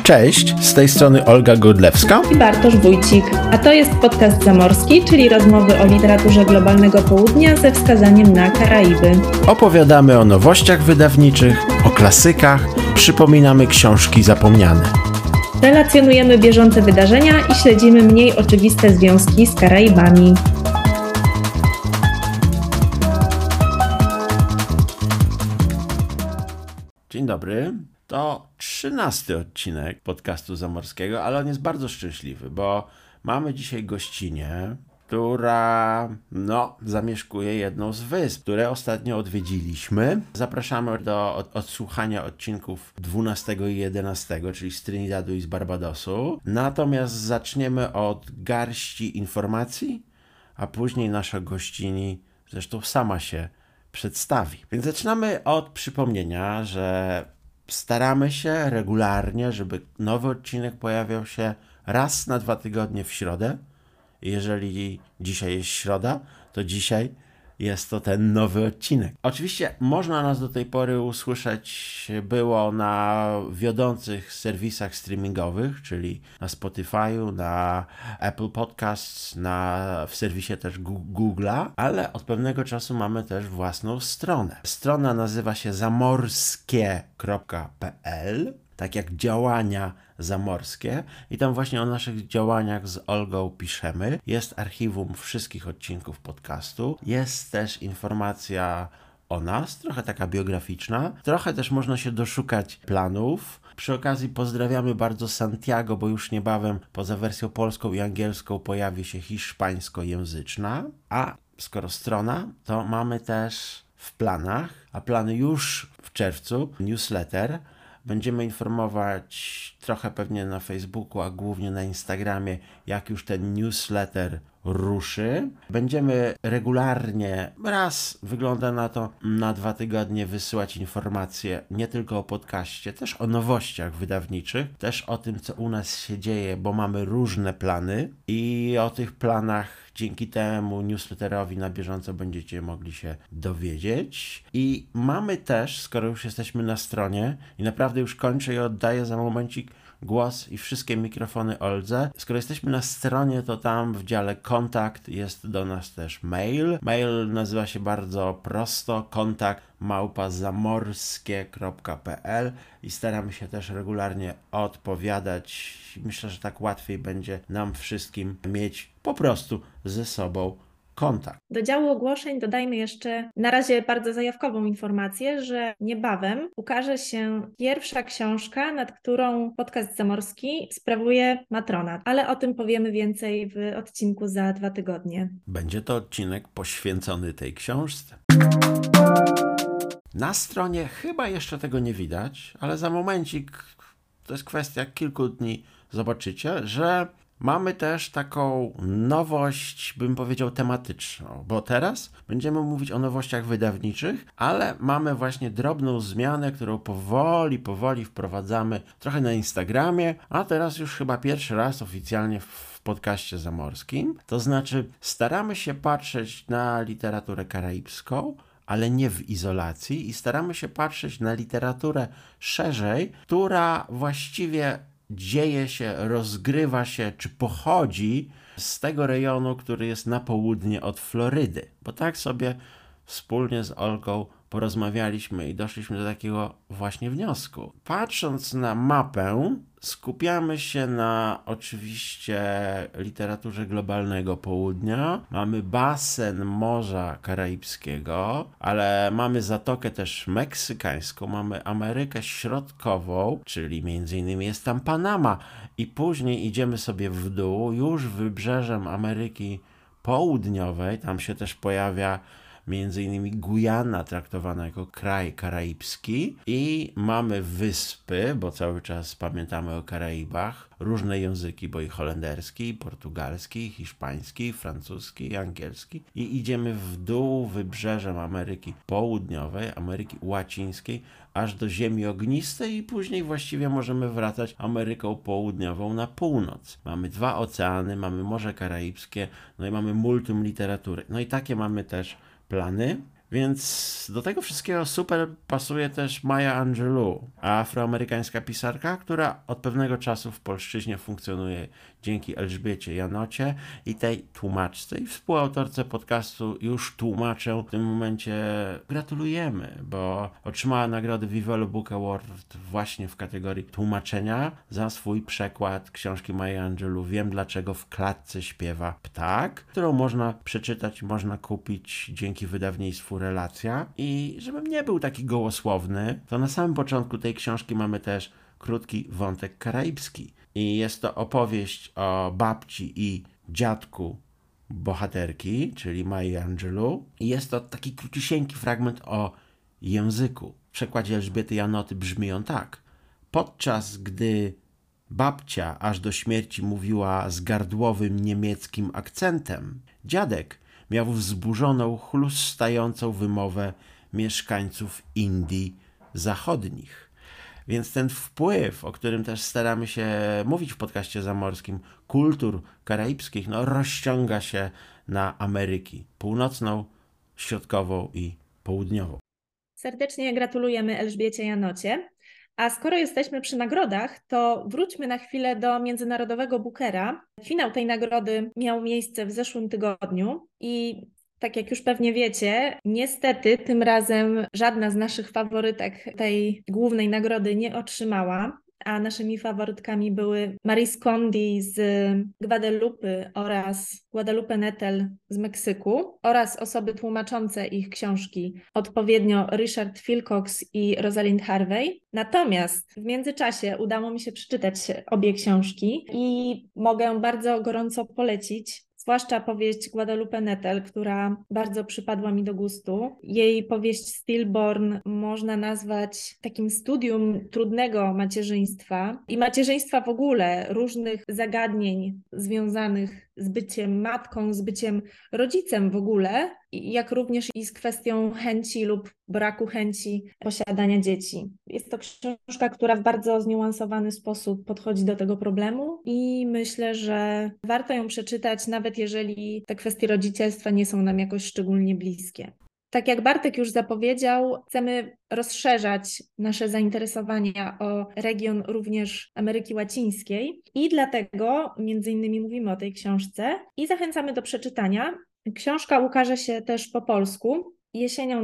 Cześć, z tej strony Olga Godlewska i Bartosz Wójcik, a to jest podcast Zamorski, czyli rozmowy o literaturze globalnego południa ze wskazaniem na Karaiby. Opowiadamy o nowościach wydawniczych, o klasykach, przypominamy książki zapomniane. Relacjonujemy bieżące wydarzenia i śledzimy mniej oczywiste związki z Karaibami. Dzień dobry. To 13 odcinek podcastu Zamorskiego, ale on jest bardzo szczęśliwy, bo mamy dzisiaj gościnię, która zamieszkuje jedną z wysp, które ostatnio odwiedziliśmy. Zapraszamy do odsłuchania odcinków 12 i 11, czyli z Trinidadu i z Barbadosu. Natomiast zaczniemy od garści informacji, a później nasza gościni zresztą sama się przedstawi. Więc zaczynamy od przypomnienia, że staramy się regularnie, żeby nowy odcinek pojawiał się raz na 2 tygodnie w środę. Jeżeli dzisiaj jest środa, to dzisiaj jest to ten nowy odcinek. Oczywiście można nas do tej pory usłyszeć było na wiodących serwisach streamingowych, czyli na Spotify'u, na Apple Podcasts, w serwisie też Google'a, ale od pewnego czasu mamy też własną stronę. Strona nazywa się zamorskie.pl, tak jak działania zamorskie, i tam właśnie o naszych działaniach z Olgą piszemy. Jest archiwum wszystkich odcinków podcastu, jest też informacja o nas, trochę taka biograficzna, trochę też można się doszukać planów. Przy okazji pozdrawiamy bardzo Santiago, bo już niebawem poza wersją polską i angielską pojawi się hiszpańskojęzyczna, a skoro strona, to mamy też w planach, a plany już w czerwcu, newsletter. Będziemy informować trochę pewnie na Facebooku, a głównie na Instagramie, jak już ten newsletter ruszy. Będziemy regularnie, raz wygląda na to, na 2 tygodnie wysyłać informacje nie tylko o podcaście, też o nowościach wydawniczych, też o tym, co u nas się dzieje, bo mamy różne plany i o tych planach dzięki temu newsletterowi na bieżąco będziecie mogli się dowiedzieć. I mamy też, skoro już jesteśmy na stronie i naprawdę już kończę i oddaję za momencik głos i wszystkie mikrofony Oldze. Skoro jesteśmy na stronie, to tam w dziale kontakt jest do nas też mail. Mail nazywa się bardzo prosto kontakt@zamorskie.pl i staramy się też regularnie odpowiadać. Myślę, że tak łatwiej będzie nam wszystkim mieć po prostu ze sobą kontakt. Do działu ogłoszeń dodajmy jeszcze na razie bardzo zajawkową informację, że niebawem ukaże się pierwsza książka, nad którą podcast Zamorski sprawuje matronat, ale o tym powiemy więcej w odcinku za 2 tygodnie. Będzie to odcinek poświęcony tej książce. Na stronie chyba jeszcze tego nie widać, ale za momencik, to jest kwestia kilku dni, zobaczycie, że mamy też taką nowość, bym powiedział, tematyczną, bo teraz będziemy mówić o nowościach wydawniczych, ale mamy właśnie drobną zmianę, którą powoli wprowadzamy trochę na Instagramie, a teraz już chyba pierwszy raz oficjalnie w podcaście zamorskim. To znaczy staramy się patrzeć na literaturę karaibską, ale nie w izolacji, i staramy się patrzeć na literaturę szerzej, która właściwie dzieje się, rozgrywa się, czy pochodzi z tego rejonu, który jest na południe od Florydy. Bo tak sobie wspólnie z Olgą porozmawialiśmy i doszliśmy do takiego właśnie wniosku. Patrząc na mapę, skupiamy się na oczywiście literaturze globalnego południa. Mamy basen Morza Karaibskiego, ale mamy zatokę też meksykańską, mamy Amerykę Środkową, czyli między innymi jest tam Panama, i później idziemy sobie w dół, już wybrzeżem Ameryki Południowej, tam się też pojawia między innymi Gujana, traktowana jako kraj karaibski, i mamy wyspy, bo cały czas pamiętamy o Karaibach, różne języki, bo i holenderski, i portugalski, i hiszpański, i francuski, i angielski, i idziemy w dół wybrzeżem Ameryki Południowej, Ameryki Łacińskiej, aż do Ziemi Ognistej, i później właściwie możemy wracać Ameryką Południową na północ. Mamy 2 oceany, mamy Morze Karaibskie, no i mamy multum literatury. No i takie mamy też plany. Więc do tego wszystkiego super pasuje też Maya Angelou, afroamerykańska pisarka, która od pewnego czasu w polszczyźnie funkcjonuje dzięki Elżbiecie Janocie i tej tłumaczce i współautorce podcastu Już tłumaczę. W tym momencie gratulujemy, bo otrzymała nagrodę Viva Book Award właśnie w kategorii tłumaczenia za swój przekład książki Maya Angelou Wiem dlaczego w klatce śpiewa ptak, którą można przeczytać, można kupić dzięki wydawnictwu Relacja. I żebym nie był taki gołosłowny, to na samym początku tej książki mamy też krótki wątek karaibski. I jest to opowieść o babci i dziadku bohaterki, czyli Maya Angelou. I jest to taki króciusieńki fragment o języku. W przekładzie Elżbiety Janoty brzmi on tak. Podczas gdy babcia aż do śmierci mówiła z gardłowym niemieckim akcentem, dziadek miał wzburzoną, chlustającą wymowę mieszkańców Indii Zachodnich. Więc ten wpływ, o którym też staramy się mówić w podcaście zamorskim, kultur karaibskich, rozciąga się na Ameryki Północną, Środkową i Południową. Serdecznie gratulujemy Elżbiecie Janocie. A skoro jesteśmy przy nagrodach, to wróćmy na chwilę do Międzynarodowego Bookera. Finał tej nagrody miał miejsce w zeszłym tygodniu i tak jak już pewnie wiecie, niestety tym razem żadna z naszych faworytek tej głównej nagrody nie otrzymała, a naszymi faworytkami były Maryse Condi z Gwadelupy oraz Guadalupe Nettel z Meksyku oraz osoby tłumaczące ich książki, odpowiednio Richard Philcox i Rosalind Harvey. Natomiast w międzyczasie udało mi się przeczytać obie książki i mogę bardzo gorąco polecić. Zwłaszcza powieść Guadalupe Nettel, która bardzo przypadła mi do gustu. Jej powieść Stillborn można nazwać takim studium trudnego macierzyństwa i macierzyństwa w ogóle, różnych zagadnień związanych z byciem matką, z byciem rodzicem w ogóle, jak również i z kwestią chęci lub braku chęci posiadania dzieci. Jest to książka, która w bardzo zniuansowany sposób podchodzi do tego problemu i myślę, że warto ją przeczytać, nawet jeżeli te kwestie rodzicielstwa nie są nam jakoś szczególnie bliskie. Tak jak Bartek już zapowiedział, chcemy rozszerzać nasze zainteresowania o region również Ameryki Łacińskiej i dlatego między innymi mówimy o tej książce i zachęcamy do przeczytania. Książka ukaże się też po polsku jesienią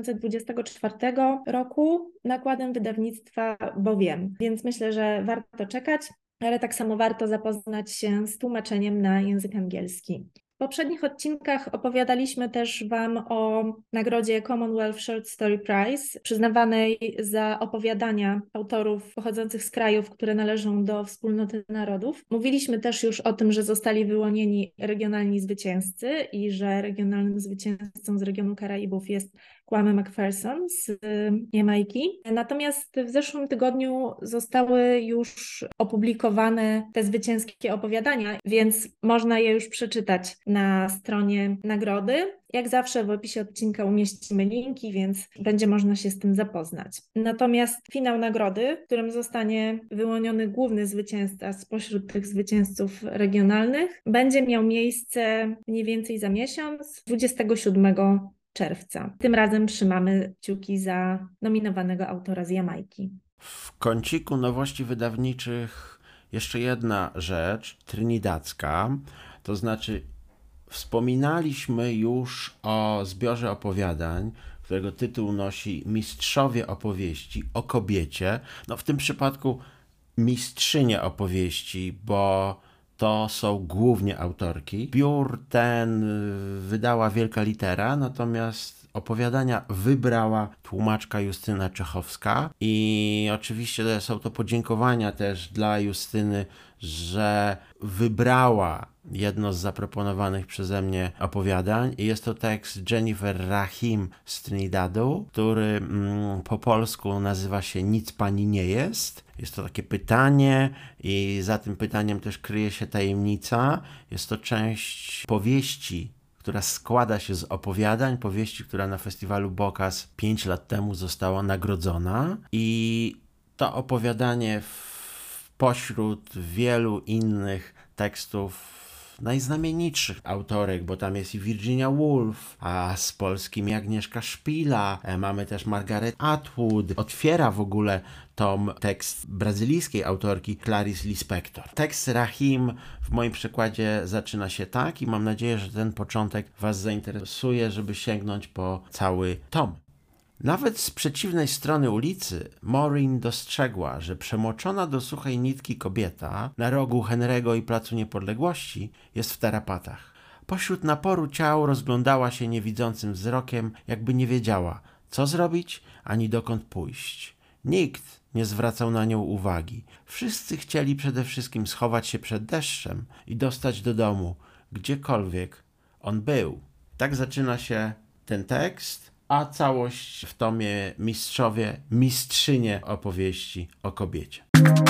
2024 roku nakładem wydawnictwa Bowiem, więc myślę, że warto czekać, ale tak samo warto zapoznać się z tłumaczeniem na język angielski. W poprzednich odcinkach opowiadaliśmy też Wam o nagrodzie Commonwealth Short Story Prize, przyznawanej za opowiadania autorów pochodzących z krajów, które należą do wspólnoty narodów. Mówiliśmy też już o tym, że zostali wyłonieni regionalni zwycięzcy i że regionalnym zwycięzcą z regionu Karaibów jest Kwame McPherson z Jamajki. Natomiast w zeszłym tygodniu zostały już opublikowane te zwycięskie opowiadania, więc można je już przeczytać na stronie nagrody. Jak zawsze w opisie odcinka umieścimy linki, więc będzie można się z tym zapoznać. Natomiast finał nagrody, w którym zostanie wyłoniony główny zwycięzca spośród tych zwycięzców regionalnych, będzie miał miejsce mniej więcej za miesiąc, 27 czerwca. Tym razem trzymamy kciuki za nominowanego autora z Jamajki. W kąciku nowości wydawniczych jeszcze jedna rzecz, trinidadzka, to znaczy wspominaliśmy już o zbiorze opowiadań, którego tytuł nosi Mistrzowie opowieści o kobiecie. W tym przypadku mistrzynie opowieści, bo to są głównie autorki. Zbiór ten wydała Wielka Litera, natomiast opowiadania wybrała tłumaczka Justyna Czechowska i oczywiście są to podziękowania też dla Justyny, że wybrała jedno z zaproponowanych przeze mnie opowiadań i jest to tekst Jennifer Rahim z Trinidadu, który po polsku nazywa się Nic pani nie jest. Jest to takie pytanie i za tym pytaniem też kryje się tajemnica. Jest to część powieści, która składa się z opowiadań, powieści, która na festiwalu Bokaz 5 lat temu została nagrodzona i to opowiadanie pośród wielu innych tekstów najznamienitszych autorek, bo tam jest i Virginia Woolf, a z polskim Agnieszka Szpila, mamy też Margaret Atwood. Otwiera w ogóle tom tekst brazylijskiej autorki Clarice Lispector. Tekst Rahim w moim przykładzie zaczyna się tak i mam nadzieję, że ten początek Was zainteresuje, żeby sięgnąć po cały tom. Nawet z przeciwnej strony ulicy Maureen dostrzegła, że przemoczona do suchej nitki kobieta na rogu Henry'ego i Placu Niepodległości jest w tarapatach. Pośród naporu ciał rozglądała się niewidzącym wzrokiem, jakby nie wiedziała, co zrobić, ani dokąd pójść. Nikt nie zwracał na nią uwagi. Wszyscy chcieli przede wszystkim schować się przed deszczem i dostać do domu, gdziekolwiek on był. Tak zaczyna się ten tekst, a całość w tomie Mistrzynie opowieści o kobiecie.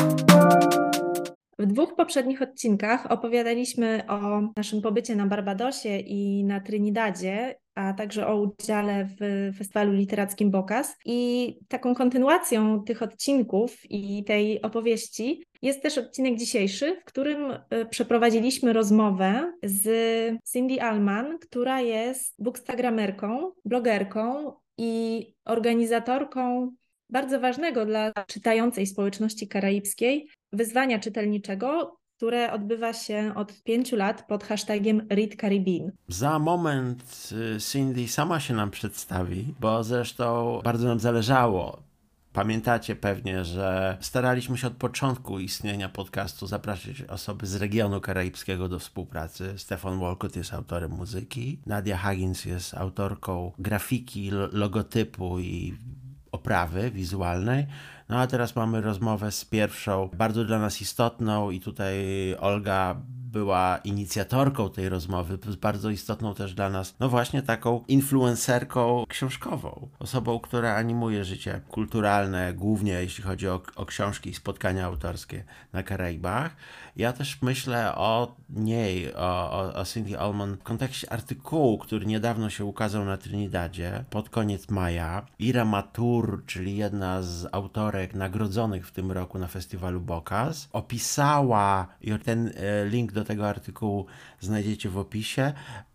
W 2 poprzednich odcinkach opowiadaliśmy o naszym pobycie na Barbadosie i na Trinidadzie, a także o udziale w festiwalu literackim BOKAS. I taką kontynuacją tych odcinków i tej opowieści jest też odcinek dzisiejszy, w którym przeprowadziliśmy rozmowę z Cindy Allman, która jest bookstagramerką, blogerką i organizatorką bardzo ważnego dla czytającej społeczności karaibskiej wyzwania czytelniczego, które odbywa się od 5 lat pod hashtagiem Read Caribbean. Za moment Cindy sama się nam przedstawi, bo zresztą bardzo nam zależało. Pamiętacie pewnie, że staraliśmy się od początku istnienia podcastu zapraszać osoby z regionu karaibskiego do współpracy. Stefan Walcott jest autorem muzyki, Nadia Huggins jest autorką grafiki, logotypu i oprawy wizualnej. No a teraz mamy rozmowę z pierwszą, bardzo dla nas istotną i tutaj Olga była inicjatorką tej rozmowy, bardzo istotną też dla nas, no właśnie taką influencerką książkową, osobą, która animuje życie kulturalne, głównie jeśli chodzi o książki i spotkania autorskie na Karaibach. Ja też myślę o niej, o Cindy Allman w kontekście artykułu, który niedawno się ukazał na Trinidadzie, pod koniec maja. Ira Matur, czyli jedna z autorek nagrodzonych w tym roku na festiwalu BOKAS, opisała, i ten link do tego artykułu znajdziecie w opisie,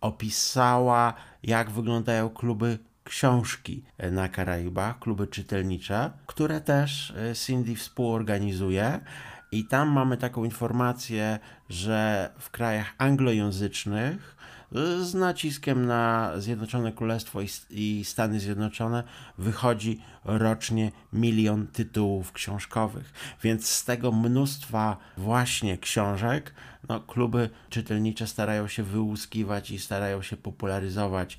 opisała, jak wyglądają kluby książki na Karaibach, kluby czytelnicze, które też Cindy współorganizuje. I tam mamy taką informację, że w krajach anglojęzycznych z naciskiem na Zjednoczone Królestwo i Stany Zjednoczone wychodzi rocznie 1 000 000 tytułów książkowych. Więc z tego mnóstwa właśnie książek kluby czytelnicze starają się wyłuskiwać i starają się popularyzować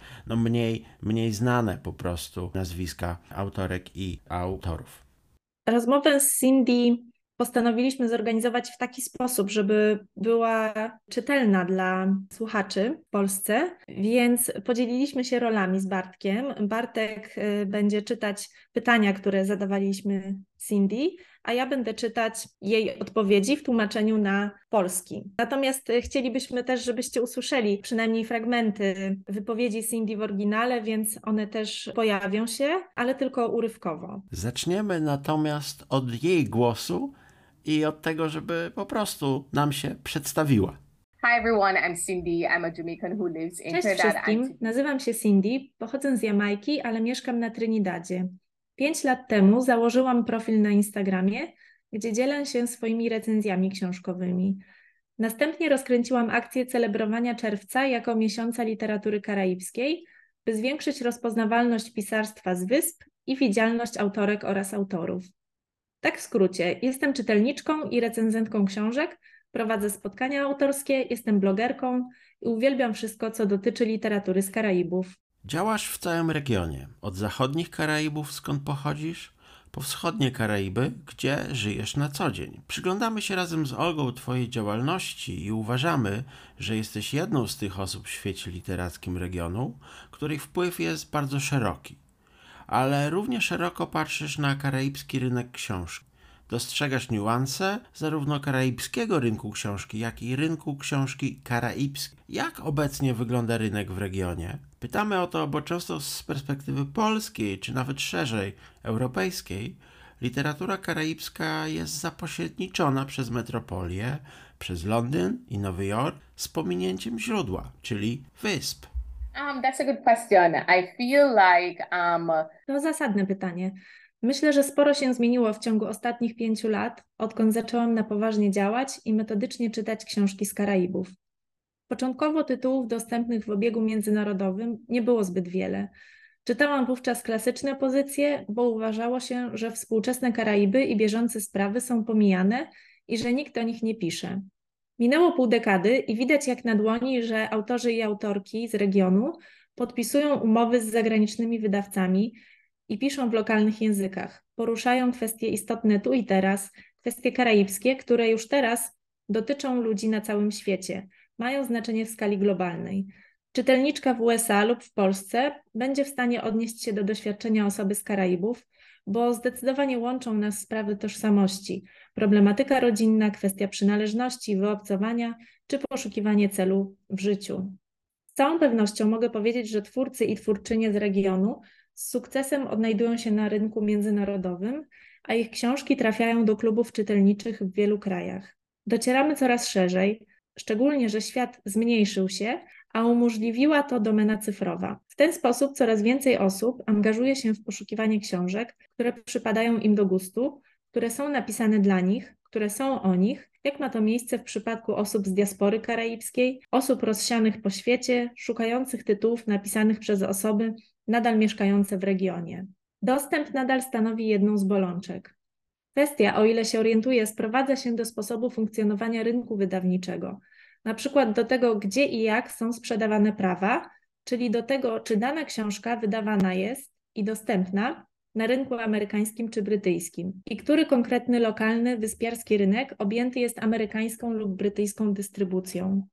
mniej znane po prostu nazwiska autorek i autorów. Rozmowę z Cindy postanowiliśmy zorganizować w taki sposób, żeby była czytelna dla słuchaczy w Polsce, więc podzieliliśmy się rolami z Bartkiem. Bartek będzie czytać pytania, które zadawaliśmy Cindy, a ja będę czytać jej odpowiedzi w tłumaczeniu na polski. Natomiast chcielibyśmy też, żebyście usłyszeli przynajmniej fragmenty wypowiedzi Cindy w oryginale, więc one też pojawią się, ale tylko urywkowo. Zaczniemy natomiast od jej głosu i od tego, żeby po prostu nam się przedstawiła. Hi everyone, I'm Cindy. I'm a Jamaican who lives in Cześć Trinidad. wszystkim, nazywam się Cindy, pochodzę z Jamajki, ale mieszkam na Trinidadzie. 5 lat temu założyłam profil na Instagramie, gdzie dzielę się swoimi recenzjami książkowymi. Następnie rozkręciłam akcję celebrowania czerwca jako miesiąca literatury karaibskiej, by zwiększyć rozpoznawalność pisarstwa z wysp i widzialność autorek oraz autorów. Tak w skrócie, jestem czytelniczką i recenzentką książek, prowadzę spotkania autorskie, jestem blogerką i uwielbiam wszystko, co dotyczy literatury z Karaibów. Działasz w całym regionie, od zachodnich Karaibów, skąd pochodzisz, po wschodnie Karaiby, gdzie żyjesz na co dzień. Przyglądamy się razem z Olgą Twojej działalności i uważamy, że jesteś jedną z tych osób w świecie literackim regionu, których wpływ jest bardzo szeroki. Ale równie szeroko patrzysz na karaibski rynek książki. Dostrzegasz niuanse zarówno karaibskiego rynku książki, jak i rynku książki karaibskiej. Jak obecnie wygląda rynek w regionie? Pytamy o to, bo często z perspektywy polskiej, czy nawet szerzej europejskiej, literatura karaibska jest zapośredniczona przez metropolię, przez Londyn i Nowy Jork z pominięciem źródła, czyli wysp. That's a good question. I feel like To zasadne pytanie. Myślę, że sporo się zmieniło w ciągu ostatnich 5 lat, odkąd zaczęłam na poważnie działać i metodycznie czytać książki z Karaibów. Początkowo tytułów dostępnych w obiegu międzynarodowym nie było zbyt wiele. Czytałam wówczas klasyczne pozycje, bo uważało się, że współczesne Karaiby i bieżące sprawy są pomijane i że nikt o nich nie pisze. Minęło pół dekady i widać jak na dłoni, że autorzy i autorki z regionu podpisują umowy z zagranicznymi wydawcami i piszą w lokalnych językach. Poruszają kwestie istotne tu i teraz, kwestie karaibskie, które już teraz dotyczą ludzi na całym świecie, mają znaczenie w skali globalnej. Czytelniczka w USA lub w Polsce będzie w stanie odnieść się do doświadczenia osoby z Karaibów, bo zdecydowanie łączą nas sprawy tożsamości, problematyka rodzinna, kwestia przynależności, wyobcowania czy poszukiwanie celu w życiu. Z całą pewnością mogę powiedzieć, że twórcy i twórczynie z regionu z sukcesem odnajdują się na rynku międzynarodowym, a ich książki trafiają do klubów czytelniczych w wielu krajach. Docieramy coraz szerzej, szczególnie, że świat zmniejszył się, a umożliwiła to domena cyfrowa. W ten sposób coraz więcej osób angażuje się w poszukiwanie książek, które przypadają im do gustu, które są napisane dla nich, które są o nich, jak ma to miejsce w przypadku osób z diaspory karaibskiej, osób rozsianych po świecie, szukających tytułów napisanych przez osoby nadal mieszkające w regionie. Dostęp nadal stanowi jedną z bolączek. Kwestia, o ile się orientuję, sprowadza się do sposobu funkcjonowania rynku wydawniczego, na przykład do tego, gdzie i jak są sprzedawane prawa, czyli do tego, czy dana książka wydawana jest i dostępna na rynku amerykańskim czy brytyjskim i który konkretny lokalny, wyspiarski rynek objęty jest amerykańską lub brytyjską dystrybucją.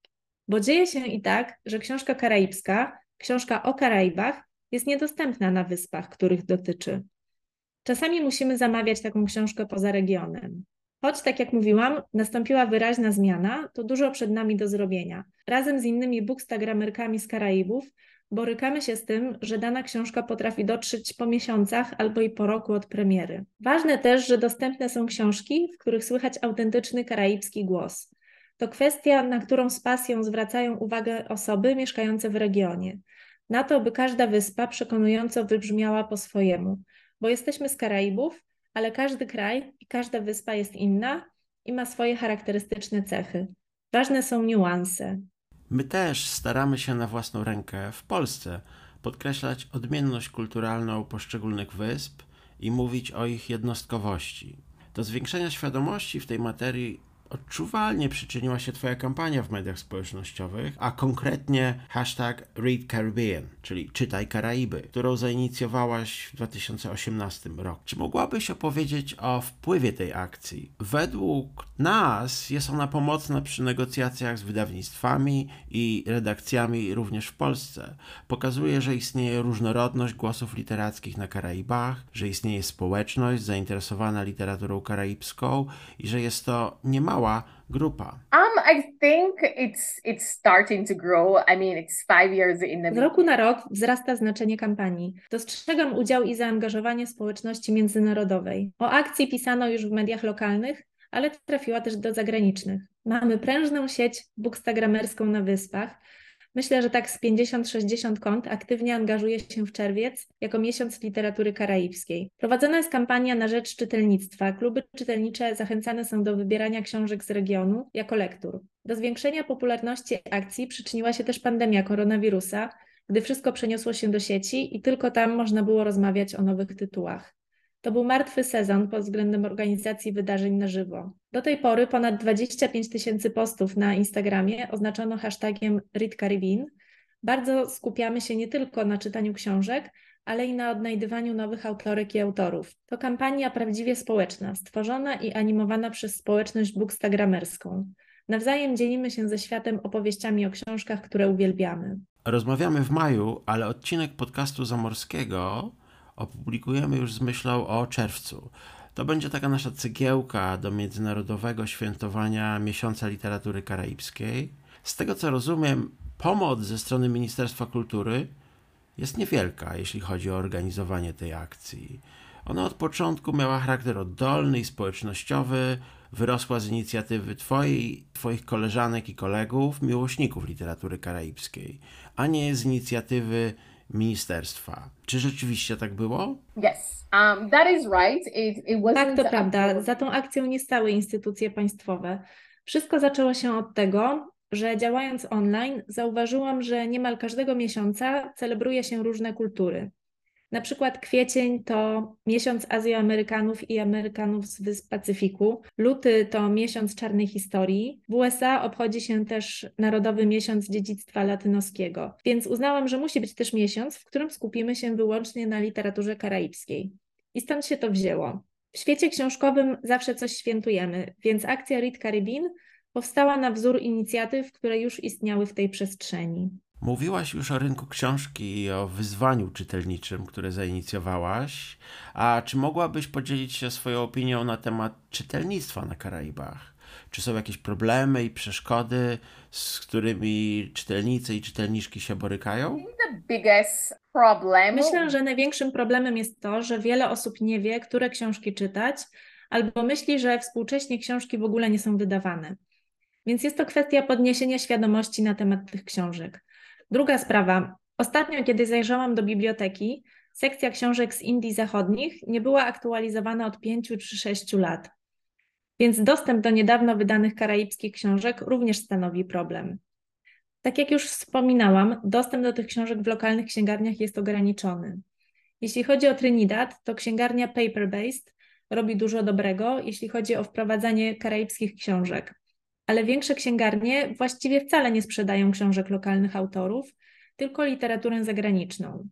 Bo dzieje się i tak, że książka karaibska, książka o Karaibach jest niedostępna na wyspach, których dotyczy. Czasami musimy zamawiać taką książkę poza regionem. Choć, tak jak mówiłam, nastąpiła wyraźna zmiana, to dużo przed nami do zrobienia. Razem z innymi bookstagramerkami z Karaibów borykamy się z tym, że dana książka potrafi dotrzeć po miesiącach albo i po roku od premiery. Ważne też, że dostępne są książki, w których słychać autentyczny karaibski głos. To kwestia, na którą z pasją zwracają uwagę osoby mieszkające w regionie. Na to, by każda wyspa przekonująco wybrzmiała po swojemu. Bo jesteśmy z Karaibów, ale każdy kraj i każda wyspa jest inna i ma swoje charakterystyczne cechy. Ważne są niuanse. My też staramy się na własną rękę w Polsce podkreślać odmienność kulturalną poszczególnych wysp i mówić o ich jednostkowości. Do zwiększenia świadomości w tej materii odczuwalnie przyczyniła się Twoja kampania w mediach społecznościowych, a konkretnie #ReadCaribbean, czyli Czytaj Karaiby, którą zainicjowałaś w 2018 roku. Czy mogłabyś opowiedzieć o wpływie tej akcji? Według nas jest ona pomocna przy negocjacjach z wydawnictwami i redakcjami również w Polsce. Pokazuje, że istnieje różnorodność głosów literackich na Karaibach, że istnieje społeczność zainteresowana literaturą karaibską i że jest to niemała grupa. I think it's starting to grow. I mean, it's 5 years in the Z roku na rok wzrasta znaczenie kampanii. Dostrzegam udział i zaangażowanie społeczności międzynarodowej. O akcji pisano już w mediach lokalnych, ale trafiła też do zagranicznych. Mamy prężną sieć bookstagramerską na wyspach. Myślę, że tak z 50-60 kont aktywnie angażuje się w czerwiec jako miesiąc literatury karaibskiej. Prowadzona jest kampania na rzecz czytelnictwa. Kluby czytelnicze zachęcane są do wybierania książek z regionu jako lektur. Do zwiększenia popularności akcji przyczyniła się też pandemia koronawirusa, gdy wszystko przeniosło się do sieci i tylko tam można było rozmawiać o nowych tytułach. To był martwy sezon pod względem organizacji wydarzeń na żywo. Do tej pory ponad 25 000 postów na Instagramie oznaczono hashtagiem ReadCaribbean. Bardzo skupiamy się nie tylko na czytaniu książek, ale i na odnajdywaniu nowych autorek i autorów. To kampania prawdziwie społeczna, stworzona i animowana przez społeczność bookstagramerską. Nawzajem dzielimy się ze światem opowieściami o książkach, które uwielbiamy. Rozmawiamy w maju, ale odcinek podcastu Zamorskiego opublikujemy już z myślą o czerwcu. To będzie taka nasza cegiełka do międzynarodowego świętowania Miesiąca Literatury Karaibskiej. Z tego co rozumiem, pomoc ze strony Ministerstwa Kultury jest niewielka, jeśli chodzi o organizowanie tej akcji. Ona od początku miała charakter oddolny i społecznościowy, wyrosła z inicjatywy twoich koleżanek i kolegów, miłośników literatury karaibskiej, a nie z inicjatywy ministerstwa. Czy rzeczywiście tak było? Yes, that is right. It wasn't Tak, to prawda. Za tą akcją nie stały instytucje państwowe. Wszystko zaczęło się od tego, że działając online zauważyłam, że niemal każdego miesiąca celebruje się różne kultury. Na przykład kwiecień to miesiąc Azjoamerykanów i Amerykanów z Wysp Pacyfiku. Luty to miesiąc czarnej historii. W USA obchodzi się też Narodowy Miesiąc Dziedzictwa Latynoskiego. Więc uznałam, że musi być też miesiąc, w którym skupimy się wyłącznie na literaturze karaibskiej. I stąd się to wzięło. W świecie książkowym zawsze coś świętujemy, więc akcja Read Caribbean powstała na wzór inicjatyw, które już istniały w tej przestrzeni. Mówiłaś już o rynku książki i o wyzwaniu czytelniczym, które zainicjowałaś. A czy mogłabyś podzielić się swoją opinią na temat czytelnictwa na Karaibach? Czy są jakieś problemy i przeszkody, z którymi czytelnicy i czytelniczki się borykają? The biggest problem. Myślę, że największym problemem jest to, że wiele osób nie wie, które książki czytać, albo myśli, że współcześnie książki w ogóle nie są wydawane. Więc jest to kwestia podniesienia świadomości na temat tych książek. Druga sprawa. Ostatnio, kiedy zajrzałam do biblioteki, sekcja książek z Indii Zachodnich nie była aktualizowana od 5 czy 6 lat. Więc dostęp do niedawno wydanych karaibskich książek również stanowi problem. Tak jak już wspominałam, dostęp do tych książek w lokalnych księgarniach jest ograniczony. Jeśli chodzi o Trinidad, to księgarnia Paper-Based robi dużo dobrego, jeśli chodzi o wprowadzanie karaibskich książek. Ale większe księgarnie właściwie wcale nie sprzedają książek lokalnych autorów, tylko literaturę zagraniczną.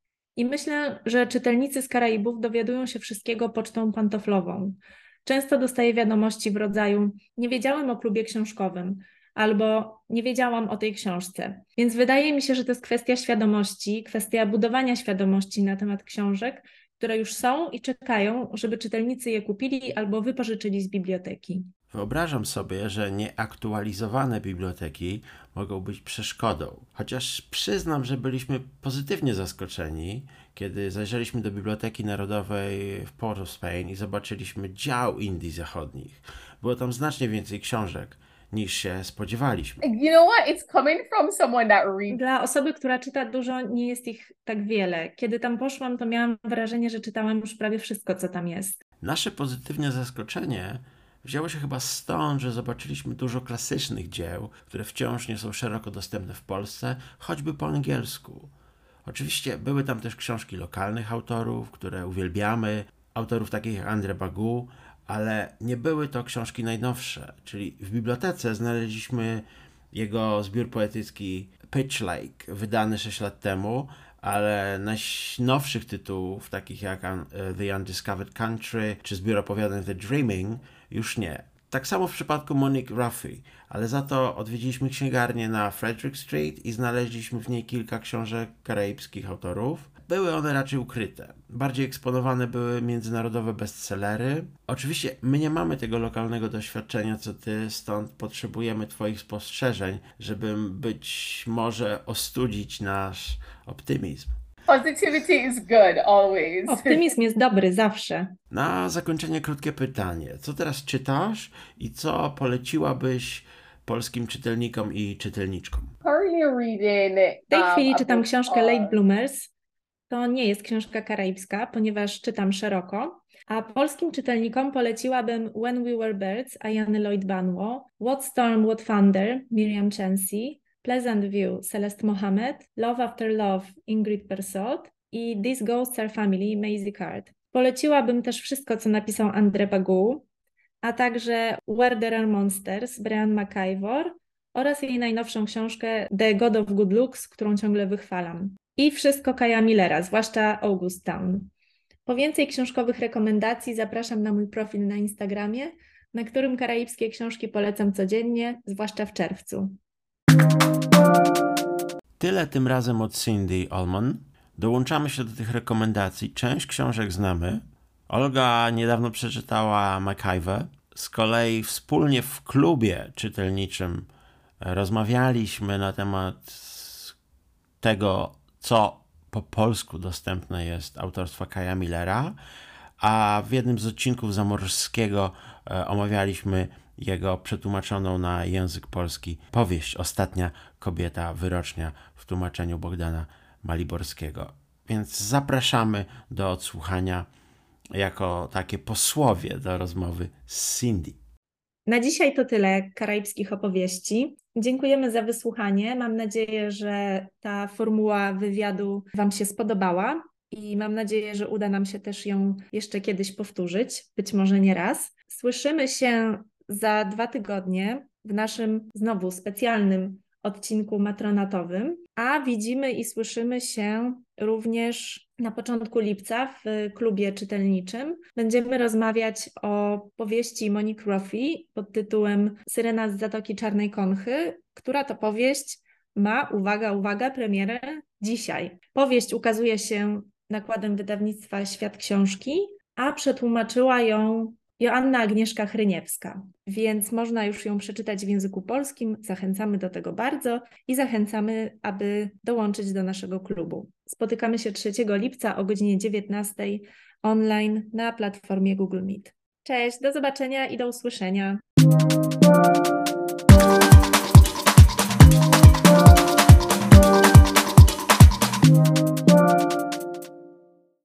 I myślę, że czytelnicy z Karaibów dowiadują się wszystkiego pocztą pantoflową. Często dostaję wiadomości w rodzaju: nie wiedziałem o klubie książkowym, albo nie wiedziałam o tej książce. Więc wydaje mi się, że to jest kwestia świadomości, kwestia budowania świadomości na temat książek, które już są i czekają, żeby czytelnicy je kupili albo wypożyczyli z biblioteki. Wyobrażam sobie, że nieaktualizowane biblioteki mogą być przeszkodą. Chociaż przyznam, że byliśmy pozytywnie zaskoczeni, kiedy zajrzeliśmy do Biblioteki Narodowej w Port of Spain i zobaczyliśmy dział Indii Zachodnich. Było tam znacznie więcej książek niż się spodziewaliśmy. You know what? It's coming from someone that reads. Dla osoby, która czyta dużo, nie jest ich tak wiele. Kiedy tam poszłam, to miałam wrażenie, że czytałam już prawie wszystko, co tam jest. Nasze pozytywne zaskoczenie wzięło się chyba stąd, że zobaczyliśmy dużo klasycznych dzieł, które wciąż nie są szeroko dostępne w Polsce, choćby po angielsku. Oczywiście były tam też książki lokalnych autorów, które uwielbiamy, autorów takich jak André Bagu, ale nie były to książki najnowsze. Czyli w bibliotece znaleźliśmy jego zbiór poetycki Pitch Lake, wydany 6 lat temu, ale najnowszych tytułów, takich jak The Undiscovered Country czy zbiór opowiadań The Dreaming, już nie. Tak samo w przypadku Monique Ruffy, ale za to odwiedziliśmy księgarnię na Frederick Street i znaleźliśmy w niej kilka książek karaibskich autorów. Były one raczej ukryte. Bardziej eksponowane były międzynarodowe bestsellery. Oczywiście my nie mamy tego lokalnego doświadczenia co ty, stąd potrzebujemy twoich spostrzeżeń, żeby być może ostudzić nasz optymizm. Positivity is good always. Optymizm jest dobry zawsze. Na zakończenie krótkie pytanie. Co teraz czytasz i co poleciłabyś polskim czytelnikom i czytelniczkom? Currently reading. W tej chwili a czytam book książkę Late on- Bloomers. To nie jest książka karaibska, ponieważ czytam szeroko. A polskim czytelnikom poleciłabym When We Were Birds Ayany Lloyd Banwo, What Storm, What Thunder Miriam Chancy, Pleasant View Celeste Mohammed, Love After Love Ingrid Persaud i These Ghosts Are Family Maisie Card. Poleciłabym też wszystko, co napisał André Bagu, a także Where There Are Monsters Brian McIvor oraz jej najnowszą książkę The God of Good Looks, którą ciągle wychwalam. I wszystko Kaja Millera, zwłaszcza August Town. Po więcej książkowych rekomendacji zapraszam na mój profil na Instagramie, na którym karaibskie książki polecam codziennie, zwłaszcza w czerwcu. Tyle tym razem od Cindy Allman. Dołączamy się do tych rekomendacji. Część książek znamy. Olga niedawno przeczytała MacIver. Z kolei wspólnie w klubie czytelniczym rozmawialiśmy na temat tego, co po polsku dostępne jest autorstwa Kaja Millera, a w jednym z odcinków Zamorskiego omawialiśmy jego przetłumaczoną na język polski powieść Ostatnia kobieta wyrocznia w tłumaczeniu Bogdana Maliborskiego. Więc zapraszamy do odsłuchania jako takie posłowie do rozmowy z Cindy. Na dzisiaj to tyle karaibskich opowieści. Dziękujemy za wysłuchanie. Mam nadzieję, że ta formuła wywiadu Wam się spodobała i mam nadzieję, że uda nam się też ją jeszcze kiedyś powtórzyć, być może nie raz. Słyszymy się za 2 tygodnie w naszym znowu specjalnym odcinku matronatowym, a widzimy i słyszymy się również na początku lipca w klubie czytelniczym. Będziemy rozmawiać o powieści Monique Roffey pod tytułem Syrena z Zatoki Czarnej Konchy, która to powieść ma, uwaga, uwaga, premierę dzisiaj. Powieść ukazuje się nakładem wydawnictwa Świat Książki, a przetłumaczyła ją Joanna Agnieszka Hryniewska, więc można już ją przeczytać w języku polskim. Zachęcamy do tego bardzo i zachęcamy, aby dołączyć do naszego klubu. Spotykamy się 3 lipca o godzinie 19 online na platformie Google Meet. Cześć, do zobaczenia i do usłyszenia.